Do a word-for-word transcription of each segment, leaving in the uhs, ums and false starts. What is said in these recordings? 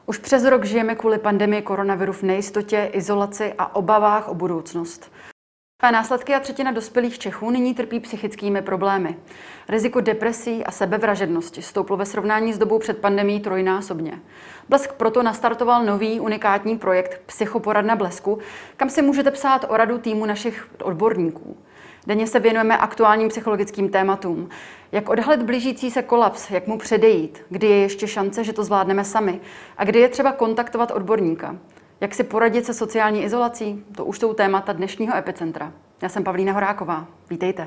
Už přes rok žijeme kvůli pandemii koronaviru v nejistotě, izolaci a obavách o budoucnost. Následky a třetina dospělých Čechů nyní trpí psychickými problémy. Riziko depresí a sebevražednosti stouplo ve srovnání s dobou před pandemií trojnásobně. Blesk proto nastartoval nový unikátní projekt Psychoporadna Blesku, kam si můžete psát o radu týmu našich odborníků. Denně se věnujeme aktuálním psychologickým tématům. Jak odhalit blížící se kolaps, jak mu předejít, kdy je ještě šance, že to zvládneme sami a kdy je třeba kontaktovat odborníka. Jak si poradit se sociální izolací? To už jsou témata dnešního Epicentra. Já jsem Pavlína Horáková. Vítejte.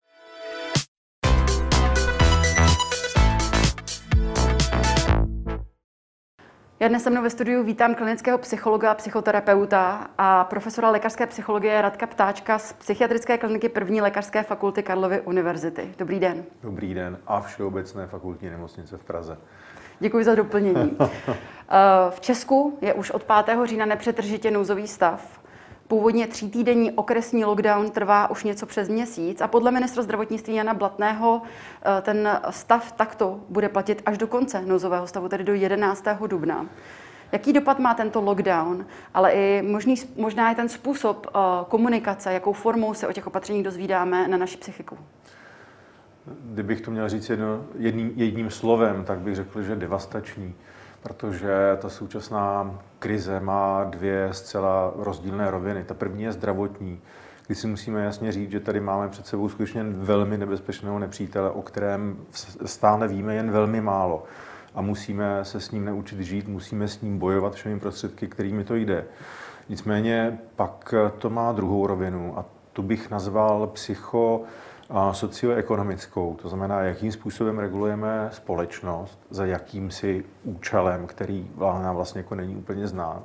Já dnes se mnou ve studiu vítám klinického psychologa, psychoterapeuta a profesora lékařské psychologie Radka Ptáčka z Psychiatrické kliniky první lékařské fakulty Karlovy univerzity. Dobrý den. Dobrý den a Všeobecné fakultní nemocnice v Praze. Děkuji za doplnění. V Česku je už od pátého října nepřetržitě nouzový stav. Původně třítýdenní okresní lockdown trvá už něco přes měsíc a podle ministra zdravotnictví Jana Blatného ten stav takto bude platit až do konce nouzového stavu, tedy do jedenáctého dubna. Jaký dopad má tento lockdown, ale i možný, možná i ten způsob komunikace, jakou formou se o těch opatřeních dozvídáme na naši psychiku? Kdybych to měl říct jedno, jedním, jedním slovem, tak bych řekl, že devastační, protože ta současná krize má dvě zcela rozdílné roviny. Ta první je zdravotní, kdy si musíme jasně říct, že tady máme před sebou skutečně velmi nebezpečného nepřítele, o kterém stále víme jen velmi málo. A musíme se s ním naučit žít, musíme s ním bojovat všemi prostředky, kterými to jde. Nicméně pak to má druhou rovinu a tu bych nazval psycho a socioekonomickou, to znamená, jakým způsobem regulujeme společnost, za jakýmsi účelem, který nám vlastně jako není úplně znám.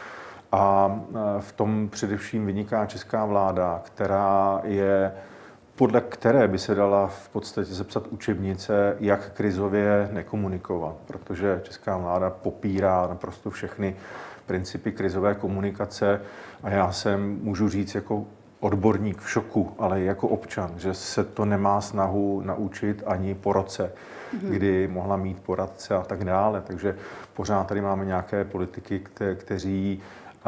A v tom především vyniká česká vláda, která je, podle které by se dala v podstatě sepsat učebnice, jak krizově nekomunikovat, protože česká vláda popírá naprosto všechny principy krizové komunikace a já jsem, můžu říct, jako odborník v šoku, ale i jako občan, že se to nemá snahu naučit ani po roce, mm-hmm. kdy mohla mít poradce a tak dále. Takže pořád tady máme nějaké politiky, kte- kteří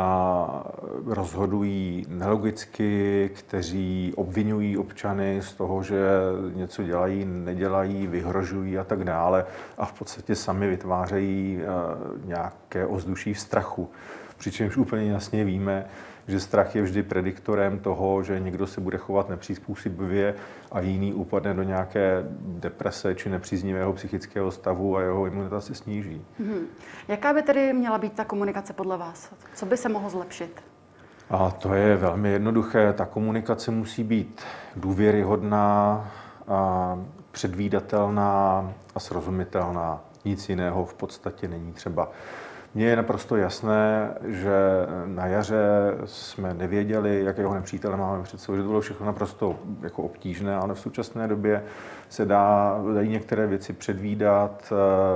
a, rozhodují nelogicky, kteří obvinují občany z toho, že něco dělají, nedělají, vyhrožují a tak dále a v podstatě sami vytvářejí a, nějaké ovzduší strachu. Přičemž úplně jasně víme, že strach je vždy prediktorem toho, že někdo se bude chovat nepřizpůsobivě a jiný upadne do nějaké deprese či nepříznivého psychického stavu a jeho imunita se sníží. Hmm. Jaká by tedy měla být ta komunikace podle vás? Co by se mohlo zlepšit? A to je velmi jednoduché. Ta komunikace musí být důvěryhodná, a předvídatelná a srozumitelná. Nic jiného v podstatě není třeba. Mně je naprosto jasné, že na jaře jsme nevěděli, jakého nepřítele máme před sebou, že to bylo všechno naprosto jako obtížné, ale v současné době se dá, dají některé věci předvídat,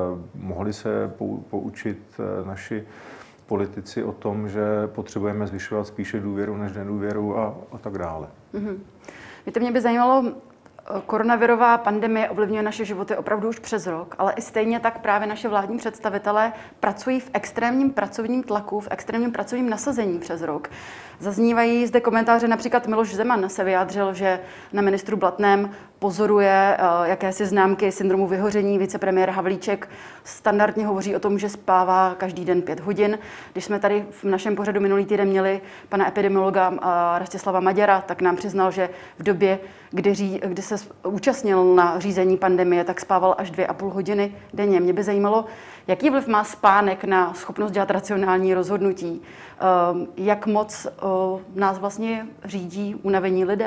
mohli se poučit naši politici o tom, že potřebujeme zvyšovat spíše důvěru než nedůvěru a, a tak dále. Mm-hmm. Víte, mě by zajímalo, koronavirová pandemie ovlivňuje naše životy opravdu už přes rok, ale i stejně tak právě naše vládní představitelé pracují v extrémním pracovním tlaku, v extrémním pracovním nasazení přes rok. Zaznívají zde komentáře, například Miloš Zeman se vyjádřil, že na ministru Blatném pozoruje uh, jakési známky syndromu vyhoření. Vicepremiér Havlíček standardně hovoří o tom, že spává každý den pět hodin. Když jsme tady v našem pořadu minulý týden měli pana epidemiologa uh, Rastislava Maďara, tak nám přiznal, že v době, kdy, ří, kdy se účastnil na řízení pandemie, tak spával až dvě a půl hodiny denně. Mě by zajímalo, jaký vliv má spánek na schopnost dělat racionální rozhodnutí? Uh, jak moc uh, nás vlastně řídí unavení lidé?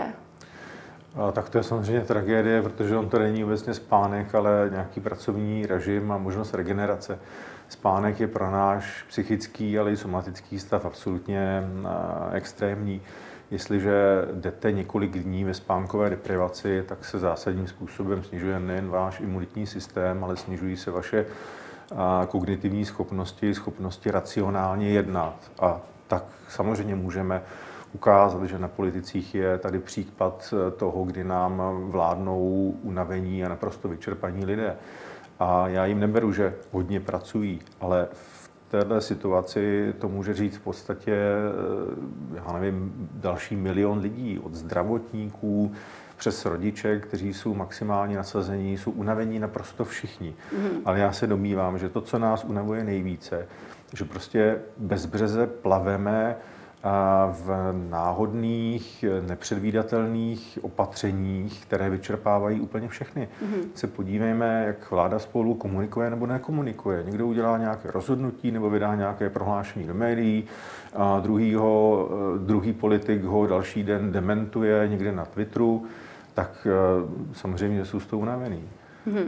A tak to je samozřejmě tragédie, protože on to není obecně spánek, ale nějaký pracovní režim a možnost regenerace. Spánek je pro náš psychický, ale i somatický stav absolutně extrémní. Jestliže jdete několik dní ve spánkové deprivaci, tak se zásadním způsobem snižuje nejen váš imunitní systém, ale snižují se vaše kognitivní schopnosti, schopnosti racionálně jednat. A tak samozřejmě můžeme ukázat, že na politicích je tady případ toho, kdy nám vládnou unavení a naprosto vyčerpaní lidé. A já jim neberu, že hodně pracují, ale v této situaci to může říct v podstatě, já nevím, další milion lidí, od zdravotníků přes rodiče, kteří jsou maximálně nasazení, jsou unavení naprosto všichni. Mm. Ale já se domnívám, že to, co nás unavuje nejvíce, že prostě bezbřeze plaveme v náhodných, nepředvídatelných opatřeních, které vyčerpávají úplně všechny. Mm-hmm. Se podívejme, jak vláda spolu komunikuje nebo nekomunikuje. Někdo udělá nějaké rozhodnutí nebo vydá nějaké prohlášení do médií, a druhýho, druhý politik ho další den dementuje někde na Twitteru, tak samozřejmě jsou z toho unavený. Mm-hmm.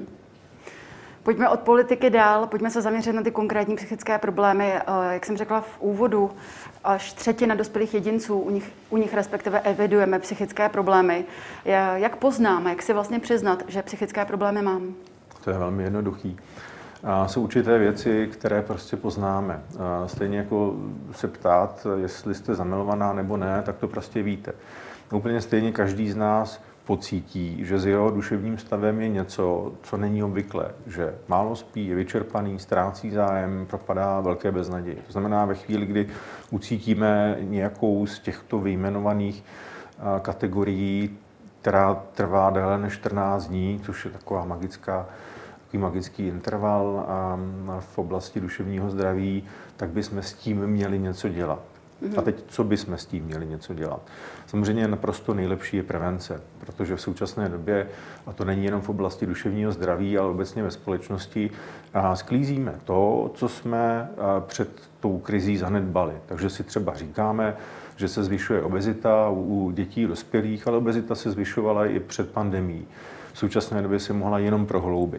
Pojďme od politiky dál, pojďme se zaměřit na ty konkrétní psychické problémy. Jak jsem řekla v úvodu, až třetina dospělých jedinců, u nich, u nich respektive evidujeme psychické problémy. Jak poznáme, jak si vlastně přiznat, že psychické problémy mám? To je velmi jednoduchý. A jsou určité věci, které prostě poznáme. A stejně jako se ptát, jestli jste zamilovaná nebo ne, tak to prostě víte. Úplně stejně každý z nás pocítí, že s jeho duševním stavem je něco, co není obvyklé, že málo spí, je vyčerpaný, ztrácí zájem, propadá velké beznaději. To znamená, ve chvíli, kdy ucítíme nějakou z těchto vyjmenovaných kategorií, která trvá déle než čtrnáct dní, což je taková magická, takový magický interval v oblasti duševního zdraví, tak bychom s tím měli něco dělat. A teď, co bychom s tím měli něco dělat? Samozřejmě naprosto nejlepší je prevence, protože v současné době, a to není jenom v oblasti duševního zdraví, ale obecně ve společnosti, sklízíme to, co jsme před tou krizí zanedbali. Takže si třeba říkáme, že se zvyšuje obezita u dětí a dospělých, ale obezita se zvyšovala i před pandemií. V současné době se mohla jenom prohloubit.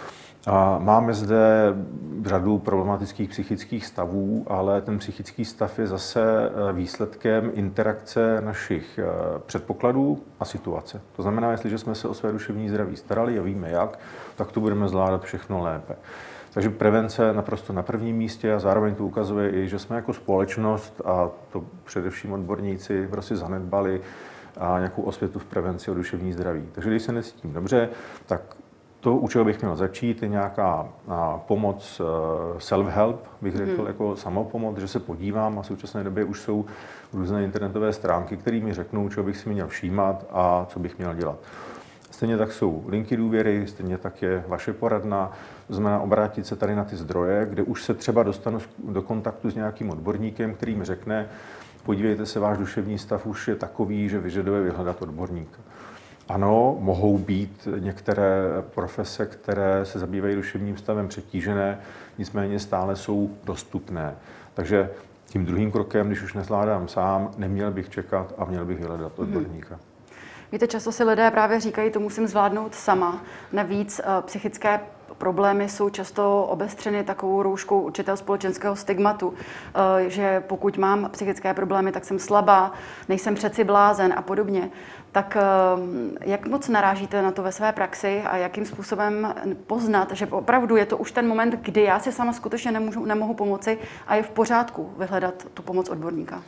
A máme zde řadu problematických psychických stavů, ale ten psychický stav je zase výsledkem interakce našich předpokladů a situace. To znamená, jestliže jsme se o své duševní zdraví starali a víme jak, tak to budeme zvládat všechno lépe. Takže prevence naprosto na prvním místě a zároveň to ukazuje i, že jsme jako společnost, a to především odborníci, prostě zanedbali a nějakou osvětu v prevenci o duševní zdraví. Takže když se necítím dobře, tak to, u čeho bych měl začít, je nějaká a, pomoc self-help, bych řekl, hmm. jako samopomoc, že se podívám a v současné době už jsou různé internetové stránky, které mi řeknou, čeho bych si měl všímat a co bych měl dělat. Stejně tak jsou linky důvěry, stejně tak je vaše poradna, to znamená obrátit se tady na ty zdroje, kde už se třeba dostanu do kontaktu s nějakým odborníkem, který mi řekne, podívejte se, váš duševní stav už je takový, že vyžaduje vyhledat odborníka. Ano, mohou být některé profese, které se zabývají duševním stavem, přetížené, nicméně stále jsou dostupné. Takže tím druhým krokem, když už nezvládám sám, neměl bych čekat a měl bych vyhledat odborníka. Hmm. Víte, často si lidé právě říkají, to musím zvládnout sama. Navíc psychické problémy jsou často obestřeny takovou rouškou určitého společenského stigmatu, že pokud mám psychické problémy, tak jsem slabá, nejsem přeci blázen a podobně. Tak jak moc narážíte na to ve své praxi a jakým způsobem poznat, že opravdu je to už ten moment, kdy já si sama skutečně nemůžu, nemohu pomoci a je v pořádku vyhledat tu pomoc odborníka?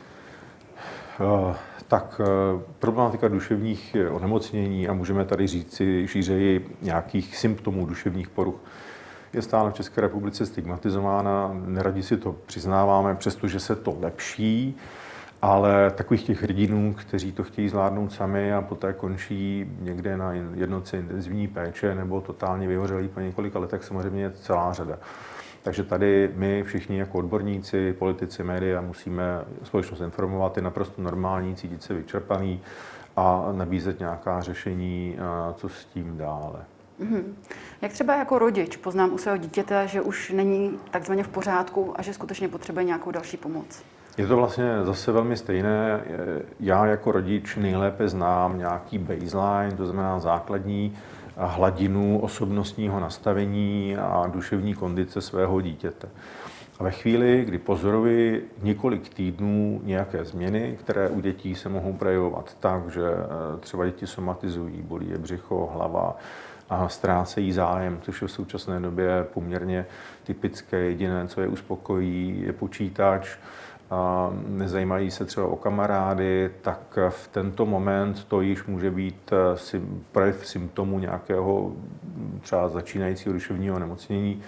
Uh. Tak problematika duševních onemocnění, a můžeme tady říct si šířeji nějakých symptomů duševních poruch, je stále v České republice stigmatizována. Neradi si to přiznáváme, přestože se to lepší, ale takových těch hrdinů, kteří to chtějí zvládnout sami a poté končí někde na jednotce intenzivní péče nebo totálně vyhořelí po několika letech, samozřejmě je celá řada. Takže tady my všichni jako odborníci, politici, média musíme společnost informovat, je naprosto normální cítit se vyčerpaný a nabízet nějaká řešení, co s tím dále. Mm-hmm. Jak třeba jako rodič poznám u svého dítěte, že už není takzvaně v pořádku a že skutečně potřebuje nějakou další pomoc? Je to vlastně zase velmi stejné. Já jako rodič nejlépe znám nějaký baseline, to znamená základní hladinu osobnostního nastavení a duševní kondice svého dítěte. A ve chvíli, kdy pozoruji několik týdnů nějaké změny, které u dětí se mohou projevovat tak, že třeba děti somatizují, bolí je břicho, hlava a ztrácejí zájem, což je v současné době poměrně typické. Jediné, co je uspokojí, je počítač, a nezajímají se třeba o kamarády, tak v tento moment to již může být projev symptomu nějakého třeba začínajícího duševního onemocnění.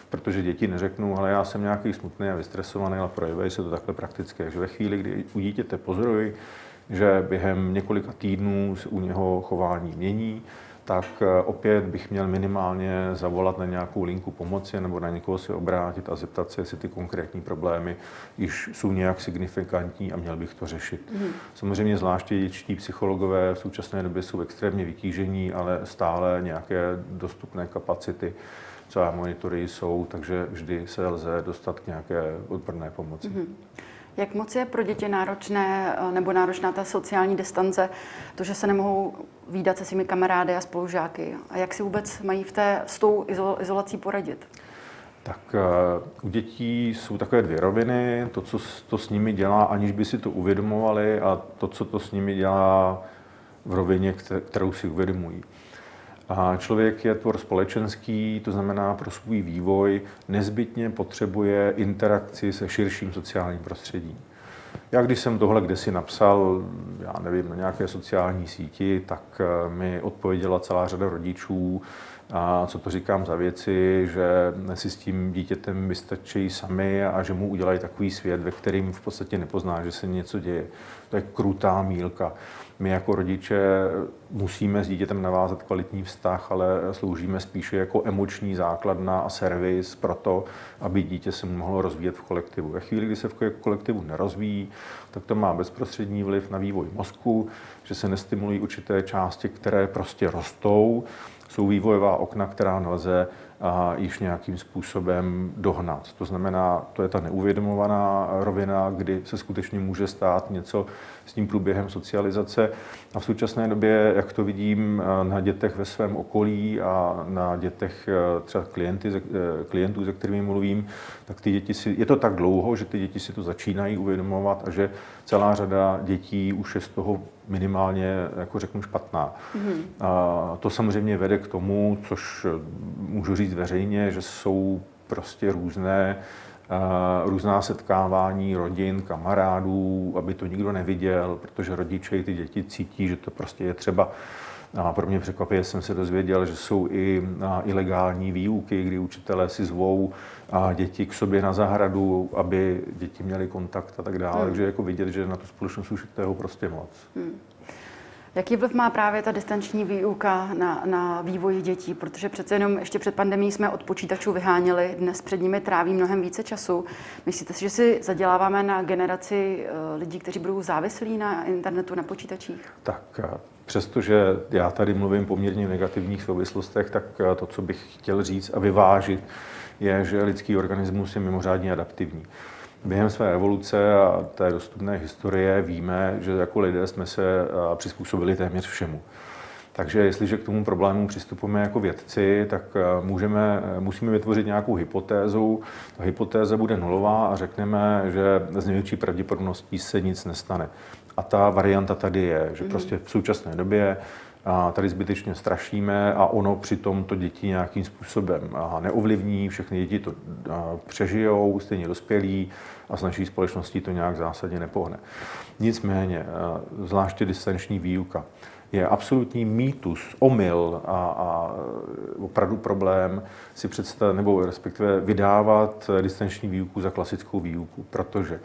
protože děti neřeknou, ale já jsem nějaký smutný a vystresovaný, ale projevuje se to takhle prakticky. Takže ve chvíli, kdy u dítěte pozoruji, že během několika týdnů se u něho chování mění, tak opět bych měl minimálně zavolat na nějakou linku pomoci nebo na někoho se obrátit a zeptat se, jestli ty konkrétní problémy již jsou nějak signifikantní a měl bych to řešit. Mm. Samozřejmě zvláště dětští psychologové v současné době jsou extrémně vytížení, ale stále nějaké dostupné kapacity, co monitory jsou, takže vždy se lze dostat k nějaké odborné pomoci. Mm. Jak moc je pro děti náročné nebo náročná ta sociální distance, to, že se nemohou vídat se svými kamarády a spolužáky? A jak si vůbec mají v té, s tou izolací poradit? Tak u dětí jsou takové dvě roviny. To, co to s nimi dělá, aniž by si to uvědomovali, a to, co to s nimi dělá v rovině, kterou si uvědomují. A člověk je tvor společenský, to znamená pro svůj vývoj nezbytně potřebuje interakci se širším sociálním prostředím. Já když jsem tohle kdesi napsal, já nevím, na nějaké sociální síti, tak mi odpověděla celá řada rodičů, a co to říkám za věci, že si s tím dítětem vystačí sami a že mu udělají takový svět, ve kterým v podstatě nepozná, že se něco děje. To je krutá mýlka. My jako rodiče musíme s dítětem navázat kvalitní vztah, ale sloužíme spíše jako emoční základna a servis pro to, aby dítě se mohlo rozvíjet v kolektivu. Ve chvíli, kdy se v kolektivu nerozvíjí, tak to má bezprostřední vliv na vývoj mozku, že se nestimulují určité části, které prostě rostou. Jsou vývojová okna, která nelze a již nějakým způsobem dohnat. To znamená, to je ta neuvědomovaná rovina, kdy se skutečně může stát něco s tím průběhem socializace. A v současné době, jak to vidím na dětech ve svém okolí a na dětech třeba klienty, klientů, se kterými mluvím, tak ty děti si, je to tak dlouho, že ty děti si to začínají uvědomovat a že celá řada dětí už je z toho minimálně, jako řeknu, špatná. Mm. A to samozřejmě vede k tomu, což můžu říct veřejně, že jsou prostě různé, uh, různá setkávání rodin, kamarádů, aby to nikdo neviděl, protože rodiče i ty děti cítí, že to prostě je třeba. A pro mě překvapivě jsem se dozvěděl, že jsou i ilegální výuky, kdy učitelé si zvou a děti k sobě na zahradu, aby děti měly kontakt a tak dále. Hmm. Takže jako vidět, že na tu společnost už je toho prostě moc. Hmm. Jaký vliv má právě ta distanční výuka na, na vývoj dětí? Protože přece jenom ještě před pandemií jsme od počítačů vyháněli, dnes před nimi tráví mnohem více času. Myslíte si, že si zaděláváme na generaci lidí, kteří budou závislí na internetu, na počítačích? Tak přestože já tady mluvím poměrně v negativních souvislostech, tak to, co bych chtěl říct a vyvážit, je, že lidský organismus je mimořádně adaptivní. Během své evoluce a té dostupné historie víme, že jako lidé jsme se přizpůsobili téměř všemu. Takže jestliže k tomu problému přistupujeme jako vědci, tak můžeme, musíme vytvořit nějakou hypotézu. Ta hypotéza bude nulová a řekneme, že z největší pravděpodobností se nic nestane. A ta varianta tady je, že prostě v současné době a tady zbytečně strašíme a ono přitom to děti nějakým způsobem neovlivní, všechny děti to přežijou, stejně dospělí a s naší společností to nějak zásadně nepohne. Nicméně, zvláště distanční výuka je absolutní mýtus, omyl a, a opravdu problém si představit, nebo respektive vydávat distanční výuku za klasickou výuku, protože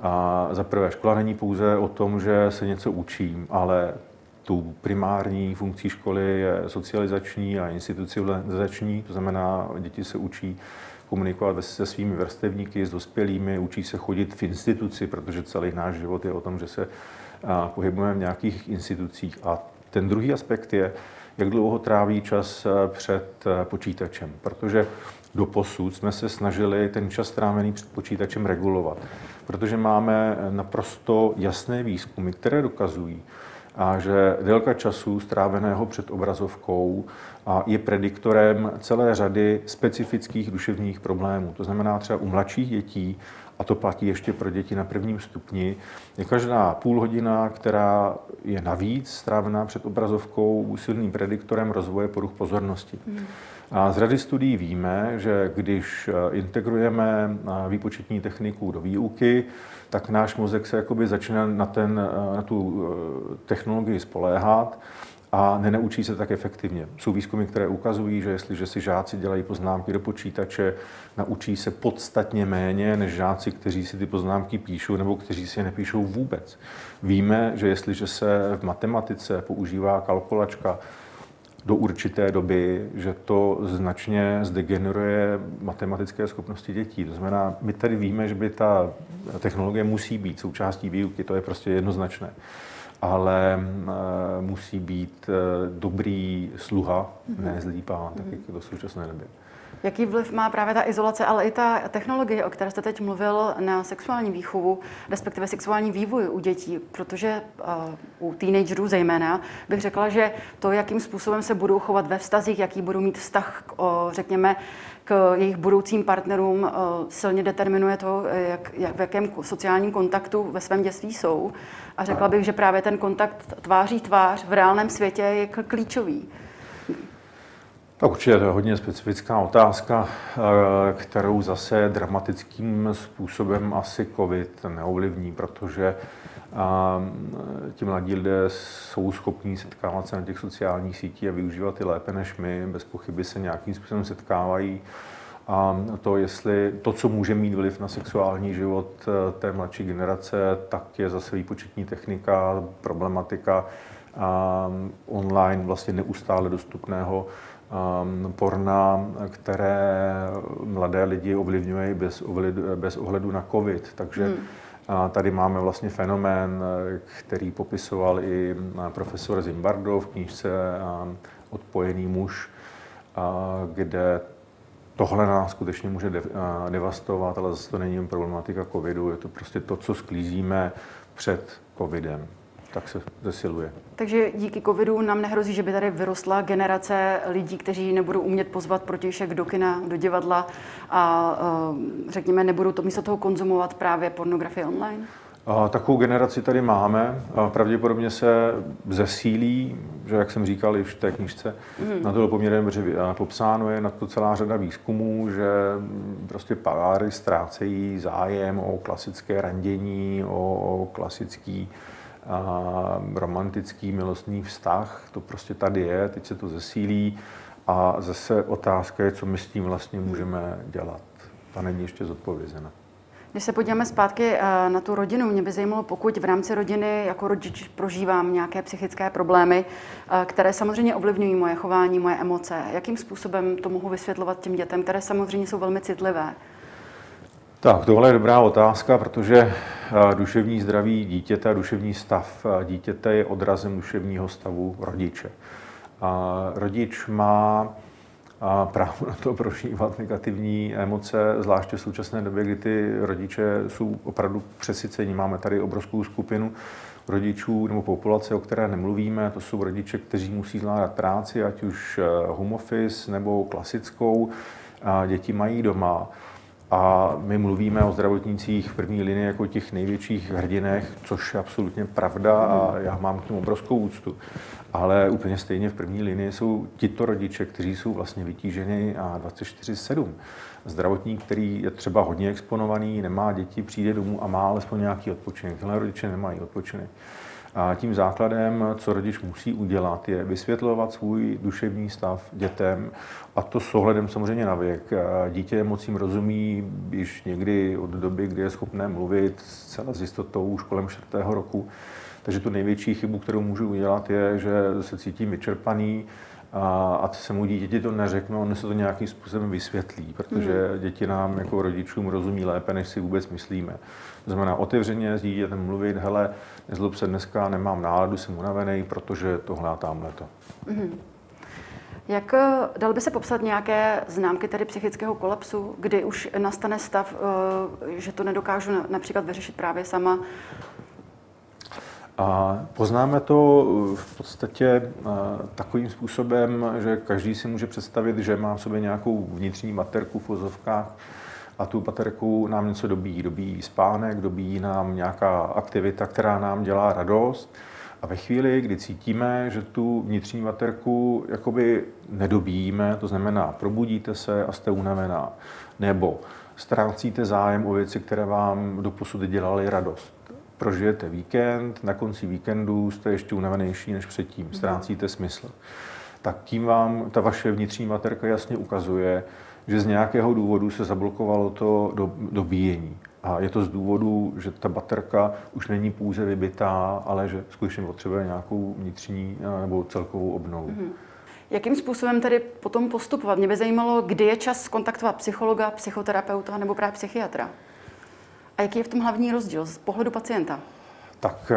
a za prvé škola není pouze o tom, že se něco učím, ale tu primární funkcí školy je socializační a institucionalizační, to znamená, děti se učí komunikovat se svými vrstevníky, s dospělými, učí se chodit v instituci, protože celý náš život je o tom, že se pohybujeme v nějakých institucích. A ten druhý aspekt je, jak dlouho tráví čas před počítačem, protože doposud jsme se snažili ten čas strávený před počítačem regulovat, protože máme naprosto jasné výzkumy, které dokazují, a že délka času stráveného před obrazovkou je prediktorem celé řady specifických duševních problémů. To znamená třeba u mladších dětí, a to platí ještě pro děti na prvním stupni, je každá půl hodina, která je navíc strávená před obrazovkou, silným prediktorem rozvoje poruch pozornosti. Hmm. A z řady studií víme, že když integrujeme výpočetní techniku do výuky, tak náš mozek se jakoby začne na, ten, na tu technologii spoléhat a nenaučí se tak efektivně. Jsou výzkumy, které ukazují, že jestliže si žáci dělají poznámky do počítače, naučí se podstatně méně než žáci, kteří si ty poznámky píšou nebo kteří si je nepíšou vůbec. Víme, že jestliže se v matematice používá kalkulačka do určité doby, že to značně zdegeneruje matematické schopnosti dětí. To znamená, my tady víme, že by ta technologie musí být součástí výuky, to je prostě jednoznačné. Ale musí být dobrý sluha, ne zlý pán, tak jak je to v současné době. Jaký vliv má právě ta izolace, ale i ta technologie, o které jste teď mluvil, na sexuální výchovu, respektive sexuální vývoj u dětí? Protože uh, u teenagerů zejména bych řekla, že to, jakým způsobem se budou chovat ve vztazích, jaký budou mít vztah, k, o, řekněme, k jejich budoucím partnerům, o, silně determinuje to, jak, jak, v jakém sociálním kontaktu ve svém dětství jsou. A řekla bych, že právě ten kontakt tváří tvář v reálném světě je klíčový. Tak určitě to je hodně specifická otázka, kterou zase dramatickým způsobem asi covid neovlivní, protože ti mladí lidé jsou schopní setkávat se na těch sociálních sítích a využívat je lépe než my, bez pochyby se nějakým způsobem setkávají. A to, jestli to, co může mít vliv na sexuální život té mladší generace, tak je zase výpočetní technika, problematika online vlastně neustále dostupného porna, které mladé lidi ovlivňují bez ohledu, bez ohledu na covid. Takže hmm. tady máme vlastně fenomén, který popisoval i profesor Zimbardo v knížce Odpojený muž, kde tohle nás skutečně může devastovat, ale zase to není jen problematika covidu, je to prostě to, co sklízíme před covidem. Tak se zesiluje. Takže díky covidu nám nehrozí, že by tady vyrostla generace lidí, kteří nebudou umět pozvat protějšek do kina, do divadla a řekněme, nebudou to místo toho konzumovat právě pornografii online? A takovou generaci tady máme. A pravděpodobně se zesílí, že jak jsem říkal i v té knížce, mm. na to bylo poměrně dobře popsáno, je na to celá řada výzkumů, že prostě páry ztrácejí zájem o klasické randění, o klasický a romantický milostný vztah, to prostě tady je, teď se to zesílí a zase otázka je, co my s tím vlastně můžeme dělat. Ta není ještě zodpovězena. Když se podíváme zpátky na tu rodinu, mě by zajímalo, pokud v rámci rodiny jako rodič prožívám nějaké psychické problémy, které samozřejmě ovlivňují moje chování, moje emoce, jakým způsobem to mohu vysvětlovat těm dětem, které samozřejmě jsou velmi citlivé? Tak, tohle je dobrá otázka, protože duševní zdraví dítěte a duševní stav dítěte je odrazem duševního stavu rodiče. A rodič má právo na to prožívat negativní emoce, zvláště v současné době, kdy ty rodiče jsou opravdu přesyceni. Máme tady obrovskou skupinu rodičů nebo populace, o které nemluvíme. To jsou rodiče, kteří musí zvládat práci, ať už home office nebo klasickou. A děti mají doma. A my mluvíme o zdravotnících v první linii jako těch největších hrdinech, což je absolutně pravda a já mám k tomu obrovskou úctu. Ale úplně stejně v první linii jsou tito rodiče, kteří jsou vlastně vytíženi a dvacet čtyři sedm. Zdravotník, který je třeba hodně exponovaný, nemá děti, přijde domů a má alespoň nějaký odpočinek. Tyhle rodiče nemají odpočinek. A tím základem, co rodič musí udělat, je vysvětlovat svůj duševní stav dětem, a to s ohledem samozřejmě na věk. Dítě emocím rozumí již někdy od doby, kdy je schopné mluvit zcela s jistotou už kolem čtvrtého roku. Takže tu největší chybu, kterou můžu udělat, je, že se cítím vyčerpaný a, a se mu dítěti to neřeknu, on se to nějakým způsobem vysvětlí, protože mm. děti nám jako rodičům rozumí lépe, než si vůbec myslíme. To znamená otevřeně s dítětem mluvit, hele, nezlob se dneska, nemám náladu, jsem unavený, protože tohle a tamhle to. Mm. Jak dal by se popsat nějaké známky tedy psychického kolapsu, kdy už nastane stav, že to nedokážu například vyřešit právě sama? A poznáme to v podstatě takovým způsobem, že každý si může představit, že má v sobě nějakou vnitřní baterku v ozovkách a tu baterku nám něco dobíjí. Dobíjí spánek, dobíjí nám nějaká aktivita, která nám dělá radost. A ve chvíli, kdy cítíme, že tu vnitřní baterku jakoby nedobíjíme, to znamená probudíte se a jste unavená, nebo ztrácíte zájem o věci, které vám doposud dělaly radost. prožijete víkend, na konci víkendu jste ještě unavenější než předtím, ztrácíte smysl. Tak tím vám ta vaše vnitřní baterka jasně ukazuje, že z nějakého důvodu se zablokovalo to do, dobíjení. A je to z důvodu, že ta baterka už není pouze vybitá, ale že skutečně potřebuje nějakou vnitřní nebo celkovou obnovu. Mm-hmm. Jakým způsobem tedy potom postupovat? Mě by zajímalo, kdy je čas kontaktovat psychologa, psychoterapeuta nebo právě psychiatra. A jaký je v tom hlavní rozdíl z pohledu pacienta? Tak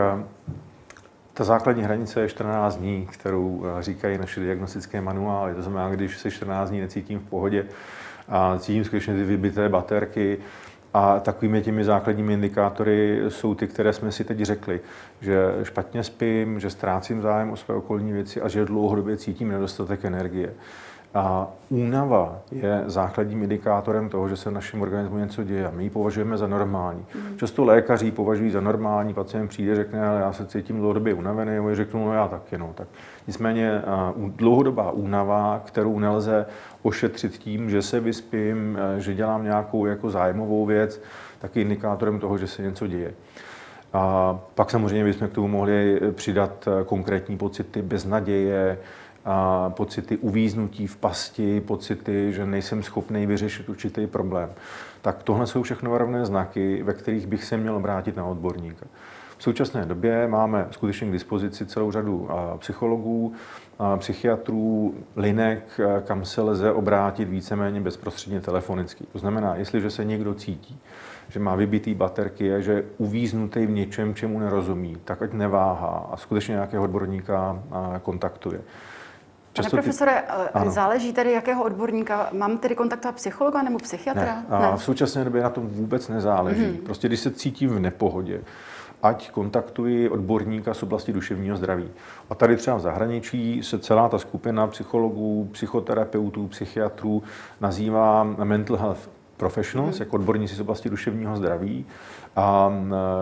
ta základní hranice je čtrnáct dní, kterou říkají naše diagnostické manuály. To znamená, když se čtrnáct dní necítím v pohodě a cítím skutečně ty vybité baterky, a takovými těmi základními indikátory jsou ty, které jsme si teď řekli, že špatně spím, že ztrácím zájem o své okolní věci a že dlouhodobě cítím nedostatek energie. A únava je základním indikátorem toho, že se v našem organismu něco děje a my ji považujeme za normální. Mm. Často lékaři ji považují za normální, pacient přijde, řekne, ale já se cítím dlouhodobě unavený, a řeknu, no já taky, no tak. Nicméně dlouhodobá únava, kterou nelze ošetřit tím, že se vyspím, že dělám nějakou jako zájmovou věc, tak je indikátorem toho, že se něco děje. A pak samozřejmě bychom k tomu mohli přidat konkrétní pocity beznaděje, a pocity uvíznutí v pasti, pocity, že nejsem schopný vyřešit určitý problém. Tak tohle jsou všechno varovné znaky, ve kterých bych se měl obrátit na odborníka. V současné době máme skutečně k dispozici celou řadu psychologů, psychiatrů, linek, kam se lze obrátit víceméně bezprostředně telefonicky. To znamená, jestliže se někdo cítí, že má vybitý baterky, že je uvíznutý v něčem, čemu nerozumí, tak ať neváhá a skutečně nějakého odborníka kontaktuje. Často Pane profesore, ty... záleží tedy, jakého odborníka? Mám tedy kontaktovat psychologa nebo psychiatra? Ne, a ne. V současné době na tom vůbec nezáleží. Mm-hmm. Prostě když se cítím v nepohodě, ať kontaktuji odborníka z oblasti duševního zdraví. A tady třeba v zahraničí se celá ta skupina psychologů, psychoterapeutů, psychiatrů nazývá mental health professionals, mm. jako odborníci z oblasti duševního zdraví. A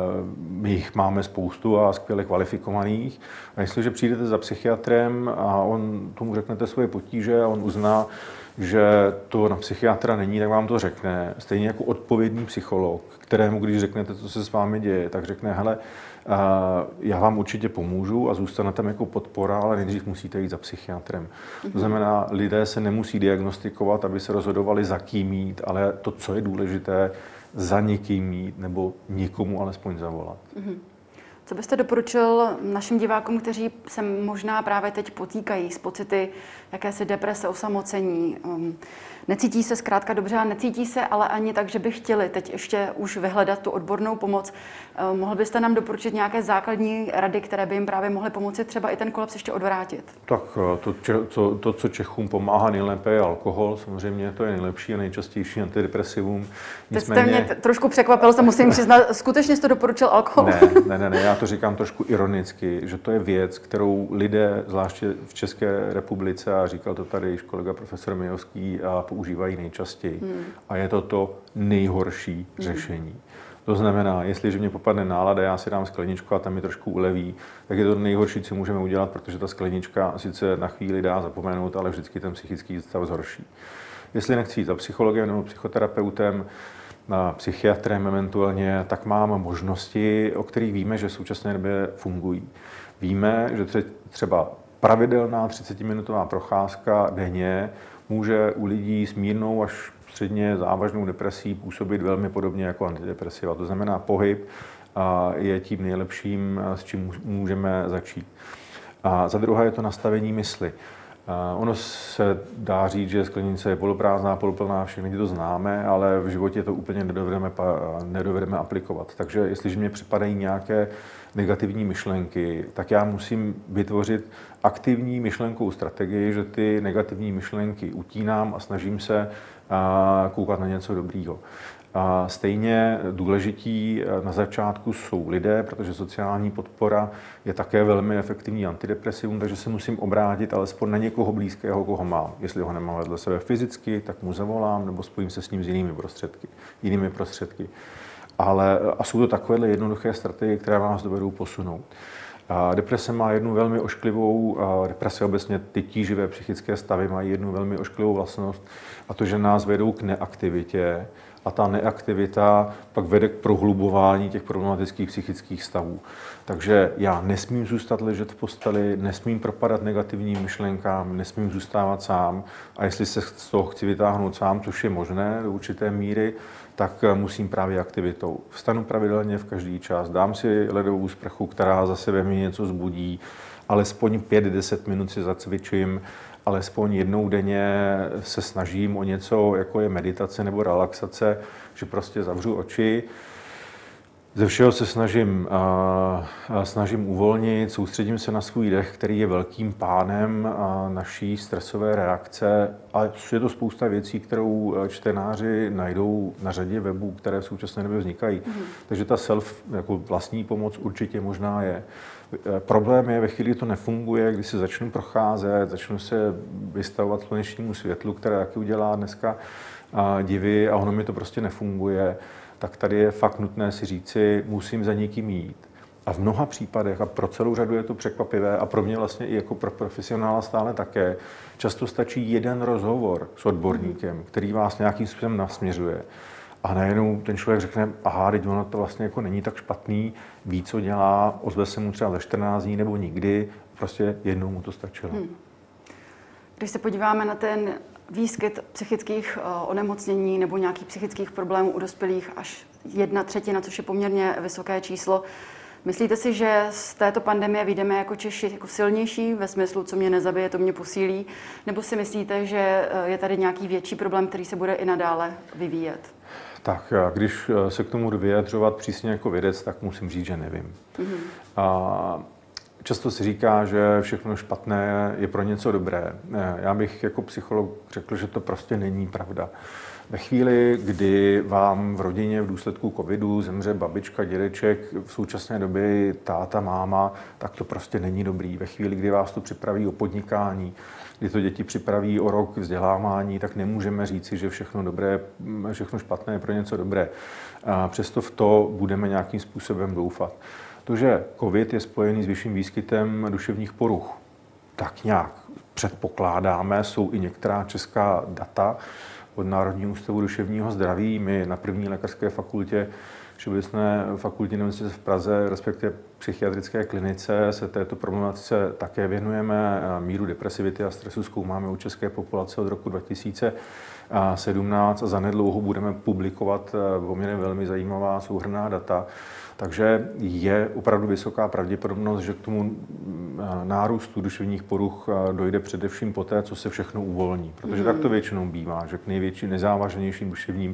my jich máme spoustu a skvěle kvalifikovaných. A jestliže přijdete za psychiatrem a on tomu řeknete svoje potíže a on uzná, že to na psychiatra není, tak vám to řekne. Stejně jako odpovědný psycholog, kterému, když řeknete, co se s vámi děje, tak řekne, hele, já vám určitě pomůžu a zůstane tam jako podpora, ale nejdřív musíte jít za psychiatrem. Mm-hmm. To znamená, lidé se nemusí diagnostikovat, aby se rozhodovali, za kým jít, ale to, co je důležité, za někým jít nebo někomu alespoň zavolat. Mm-hmm. Co byste doporučil našim divákům, kteří se možná právě teď potýkají s pocity jakési deprese, osamocení, um, necítí se zkrátka dobře a necítí se ale ani tak, že by chtěli teď ještě už vyhledat tu odbornou pomoc. Um, mohl byste nám doporučit nějaké základní rady, které by jim právě mohly pomoci třeba i ten kolaps ještě odvrátit? Tak to, to, to co Čechům pomáhá nejlépe, je alkohol. Samozřejmě to je nejlepší a nejčastější antidepresivum. Nicméně... Teď jste mě trošku překvapil, se musím přiznat. Skutečně jste doporučil alkohol? Ne, ne, ne, ne, já to říkám trošku ironicky, že to je věc, kterou lidé, zvláště v České republice, a říkal to tady již kolega profesor Mijovský, a používají nejčastěji. Hmm. A je to to nejhorší hmm. řešení. To znamená, jestliže mě popadne nálada, já si dám skleničku a tam mi trošku uleví, tak je to nejhorší, co můžeme udělat, protože ta sklenička sice na chvíli dá zapomenout, ale vždycky ten psychický stav zhorší. Jestli nechci jít za psychologem nebo psychoterapeutem, psychiatrem eventuálně, tak mám možnosti, o kterých víme, že v současné době fungují. Víme, že třeba pravidelná třicetiminutová procházka denně může u lidí s mírnou až středně závažnou depresí působit velmi podobně jako antidepresiva. To znamená, pohyb je tím nejlepším, s čím můžeme začít. A za druhé je to nastavení mysli. Ono se dá říct, že sklenice je poloprázdná, poloplná, všechny to známe, ale v životě to úplně nedovedeme, nedovedeme aplikovat. Takže jestliže mě připadají nějaké negativní myšlenky, tak já musím vytvořit aktivní myšlenkovou strategii, že ty negativní myšlenky utínám a snažím se koukat na něco dobrýho. A stejně důležití na začátku jsou lidé, protože sociální podpora je také velmi efektivní antidepresivum, takže se musím obrátit alespoň na někoho blízkého, koho mám. Jestli ho nemám vedle sebe fyzicky, tak mu zavolám nebo spojím se s ním s jinými prostředky. Jinými prostředky. Ale, a jsou to takovéhle jednoduché strategie, které vás dovedou posunout. A deprese má jednu velmi ošklivou, deprese obecně ty tíživé psychické stavy mají jednu velmi ošklivou vlastnost, a to, že nás vedou k neaktivitě, a ta neaktivita pak vede k prohlubování těch problematických psychických stavů. Takže já nesmím zůstat ležet v posteli, nesmím propadat negativním myšlenkám, nesmím zůstávat sám a jestli se z toho chci vytáhnout sám, což je možné do určité míry, tak musím právě aktivitou. Vstanu pravidelně v každý čas, dám si ledovou sprchu, která zase ve mně něco zbudí, alespoň pět deset minut si zacvičím, alespoň jednou denně se snažím o něco, jako je meditace nebo relaxace, že prostě zavřu oči. Ze všeho se snažím, uh, snažím uvolnit, soustředím se na svůj dech, který je velkým pánem uh, naší stresové reakce. A je to spousta věcí, kterou čtenáři najdou na řadě webů, které v současné době vznikají. Mm. Takže ta self, jako vlastní pomoc určitě možná je. Problém je ve chvíli, kdy to nefunguje, když se začnu procházet, začnu se vystavovat slunečnímu světlu, které taky udělá dneska uh, divy a ono mi to prostě nefunguje. Tak tady je fakt nutné si říci, musím za někým jít. A v mnoha případech, a pro celou řadu je to překvapivé, a pro mě vlastně i jako pro profesionála stále také, často stačí jeden rozhovor s odborníkem, který vás nějakým způsobem nasměřuje. A najednou ten člověk řekne, aha, teď ono to vlastně jako není tak špatný, ví, co dělá, ozve se mu třeba za čtrnáct dní nebo nikdy, prostě jednou mu to stačilo. Hmm. Když se podíváme na ten výskyt psychických uh, onemocnění nebo nějakých psychických problémů u dospělých až jedna třetina, což je poměrně vysoké číslo. Myslíte si, že z této pandemie vyjdeme jako Češi jako silnější ve smyslu, co mě nezabije, to mě posílí? Nebo si myslíte, že je tady nějaký větší problém, který se bude i nadále vyvíjet? Tak když se k tomu jdu vyjadřovat přísně jako vědec, tak musím říct, že nevím. Mm-hmm. A často se říká, že všechno špatné je pro něco dobré. Já bych jako psycholog řekl, že to prostě není pravda. Ve chvíli, kdy vám v rodině v důsledku covidu zemře babička, dědeček, v současné době táta, máma, tak to prostě není dobrý. Ve chvíli, kdy vás to připraví o podnikání, kdy to děti připraví o rok vzdělávání, tak nemůžeme říci, že všechno dobré, všechno špatné je pro něco dobré. A přesto v to budeme nějakým způsobem doufat. To, že covid je spojený s vyšším výskytem duševních poruch, tak nějak předpokládáme, jsou i některá česká data od Národního ústavu duševního zdraví. My na první lékařské fakultě Všeobecné fakultní nemocnice v Praze, respektive psychiatrické klinice, se této problematice také věnujeme. Míru depresivity a stresu zkoumáme u české populace od roku dva tisíce sedmnáct a zanedlouho budeme publikovat poměrně velmi zajímavá souhrnná data. Takže je opravdu vysoká pravděpodobnost, že k tomu nárůstu duševních poruch dojde především poté, co se všechno uvolní. Protože tak to většinou bývá, že k největší, nejzávažnějším duševním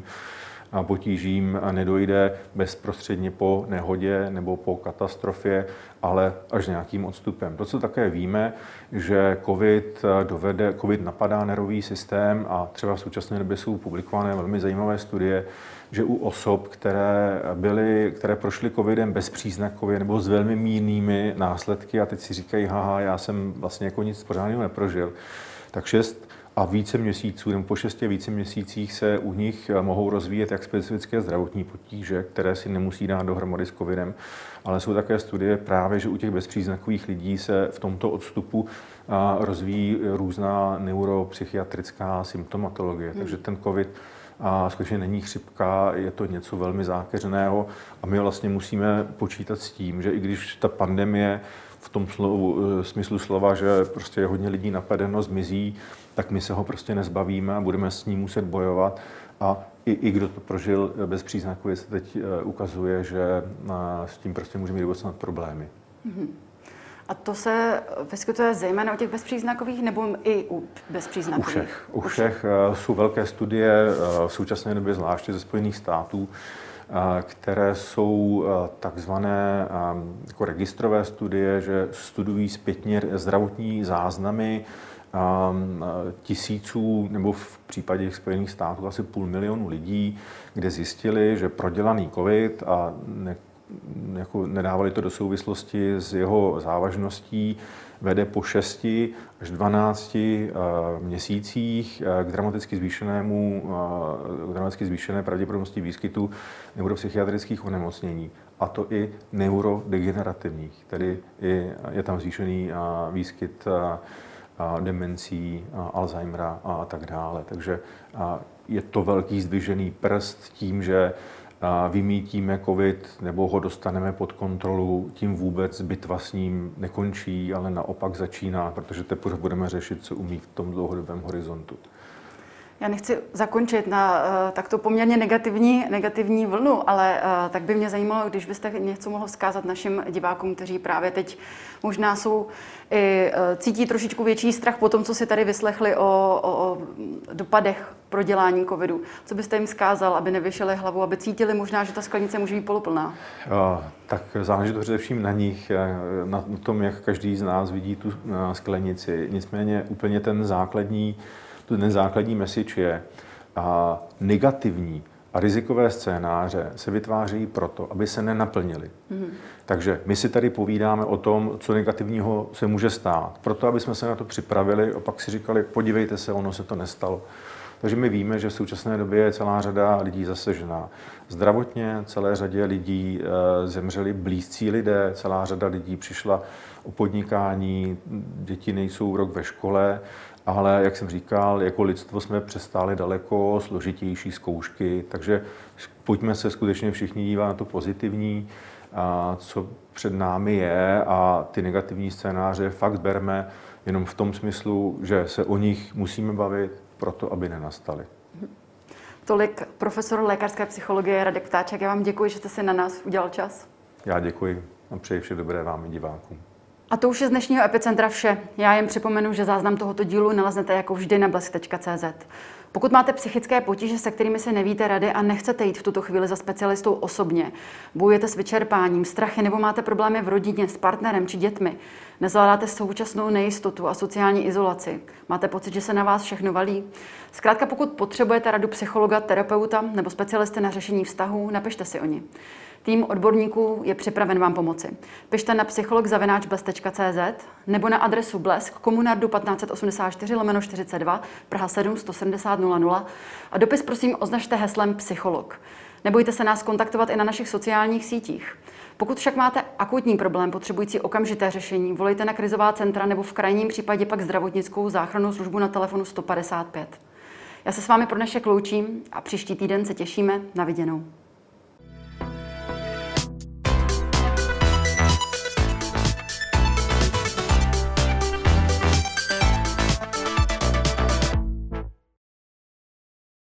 potížím nedojde bezprostředně po nehodě nebo po katastrofě, ale až nějakým odstupem. To, co také víme, že COVID dovede, COVID napadá nervový systém a třeba v současné době jsou publikované velmi zajímavé studie, že u osob, které, byly, které prošly covidem bezpříznakově nebo s velmi mírnými následky a teď si říkají, haha, já jsem vlastně jako nic pořádného neprožil, tak šest a více měsíců, nebo po šesti více měsících se u nich mohou rozvíjet jak specifické zdravotní potíže, které si nemusí dát dohromady s covidem, ale jsou také studie právě, že u těch bezpříznakových lidí se v tomto odstupu rozvíjí různá neuropsychiatrická symptomatologie. Hmm. Takže ten covid a skutečně není chřipka, je to něco velmi zákeřného a my vlastně musíme počítat s tím, že i když ta pandemie v tom slovu, smyslu slova, že prostě hodně lidí napadeno, zmizí, tak my se ho prostě nezbavíme a budeme s ním muset bojovat. A i, i kdo to prožil bezpříznakově, se teď ukazuje, že s tím prostě můžeme mít vůbec problémy. Mm-hmm. A to se vyskytuje zejména u těch bezpříznakových nebo i u bezpříznakových? U všech. U všech jsou velké studie, v současné době zvláště ze Spojených států, které jsou takzvané jako registrové studie, že studují zpětně zdravotní záznamy tisíců, nebo v případě Spojených států asi půl milionu lidí, kde zjistili, že prodělaný covid a ne, jako nedávali to do souvislosti s jeho závažností, vede po šesti až dvanácti měsících k dramaticky zvýšenému, k dramaticky zvýšené pravděpodobnosti výskytu neuropsychiatrických onemocnění. A to i neurodegenerativních, tedy i je tam zvýšený výskyt demencí, Alzheimera a tak dále. Takže je to velký zdvižený prst tím, že vymítíme covid nebo ho dostaneme pod kontrolu, tím vůbec bitva s ním nekončí, ale naopak začíná, protože teprve budeme řešit, co umí v tom dlouhodobém horizontu. Já nechci zakončit na uh, takto poměrně negativní, negativní vlnu, ale uh, tak by mě zajímalo, když byste něco mohl vzkázat našim divákům, kteří právě teď možná jsou i, uh, cítí trošičku větší strach po tom, co si tady vyslechli o, o, o dopadech prodělání covidu. Co byste jim vzkázal, aby nevyšili hlavu, aby cítili možná, že ta sklenice může být poloplná? Uh, tak záleží to především na nich, na tom, jak každý z nás vidí tu sklenici. Nicméně úplně ten základní Ten základní message je, a negativní a rizikové scénáře se vytvářejí proto, aby se nenaplnily. Mm. Takže my si tady povídáme o tom, co negativního se může stát. Proto, aby jsme se na to připravili a pak si říkali, podívejte se, ono se to nestalo. Takže my víme, že v současné době je celá řada lidí zasažená. Zdravotně celé řadě lidí e, zemřeli blízcí lidé, celá řada lidí přišla o podnikání, děti nejsou rok ve škole, ale jak jsem říkal, jako lidstvo jsme přestáli daleko složitější zkoušky, takže pojďme se skutečně všichni dívat na to pozitivní, a co před námi je, a ty negativní scénáře fakt berme jenom v tom smyslu, že se o nich musíme bavit, proto aby nenastaly. Tolik profesor lékařské psychologie Radek Ptáček. Já vám děkuji, že jste si na nás udělal čas. Já děkuji a přeji vše dobré vám i divákům. A to už je z dnešního Epicentra vše. Já jen připomenu, že záznam tohoto dílu naleznete jako vždy na blesk tečka cé zet. Pokud máte psychické potíže, se kterými si nevíte rady a nechcete jít v tuto chvíli za specialistou osobně, bojujete s vyčerpáním, strachy nebo máte problémy v rodině, s partnerem či dětmi, nezvládáte současnou nejistotu a sociální izolaci, máte pocit, že se na vás všechno valí, zkrátka pokud potřebujete radu psychologa, terapeuta nebo specialisty na řešení vztahů, napište si o ni. Tým odborníků je připraven vám pomoci. Pište na psycholog zavináč blesk tečka cé zet nebo na adresu Blesk, Komunardu patnáct osmdesát čtyři lomeno čtyřicet dva, Praha sedm, sto sedmdesát nula nula a dopis prosím označte heslem psycholog. Nebojte se nás kontaktovat i na našich sociálních sítích. Pokud však máte akutní problém potřebující okamžité řešení, volejte na krizová centra nebo v krajním případě pak zdravotnickou záchrannou službu na telefonu sto padesát pět. Já se s vámi pro dnešek loučím a příští týden se těšíme na viděnou.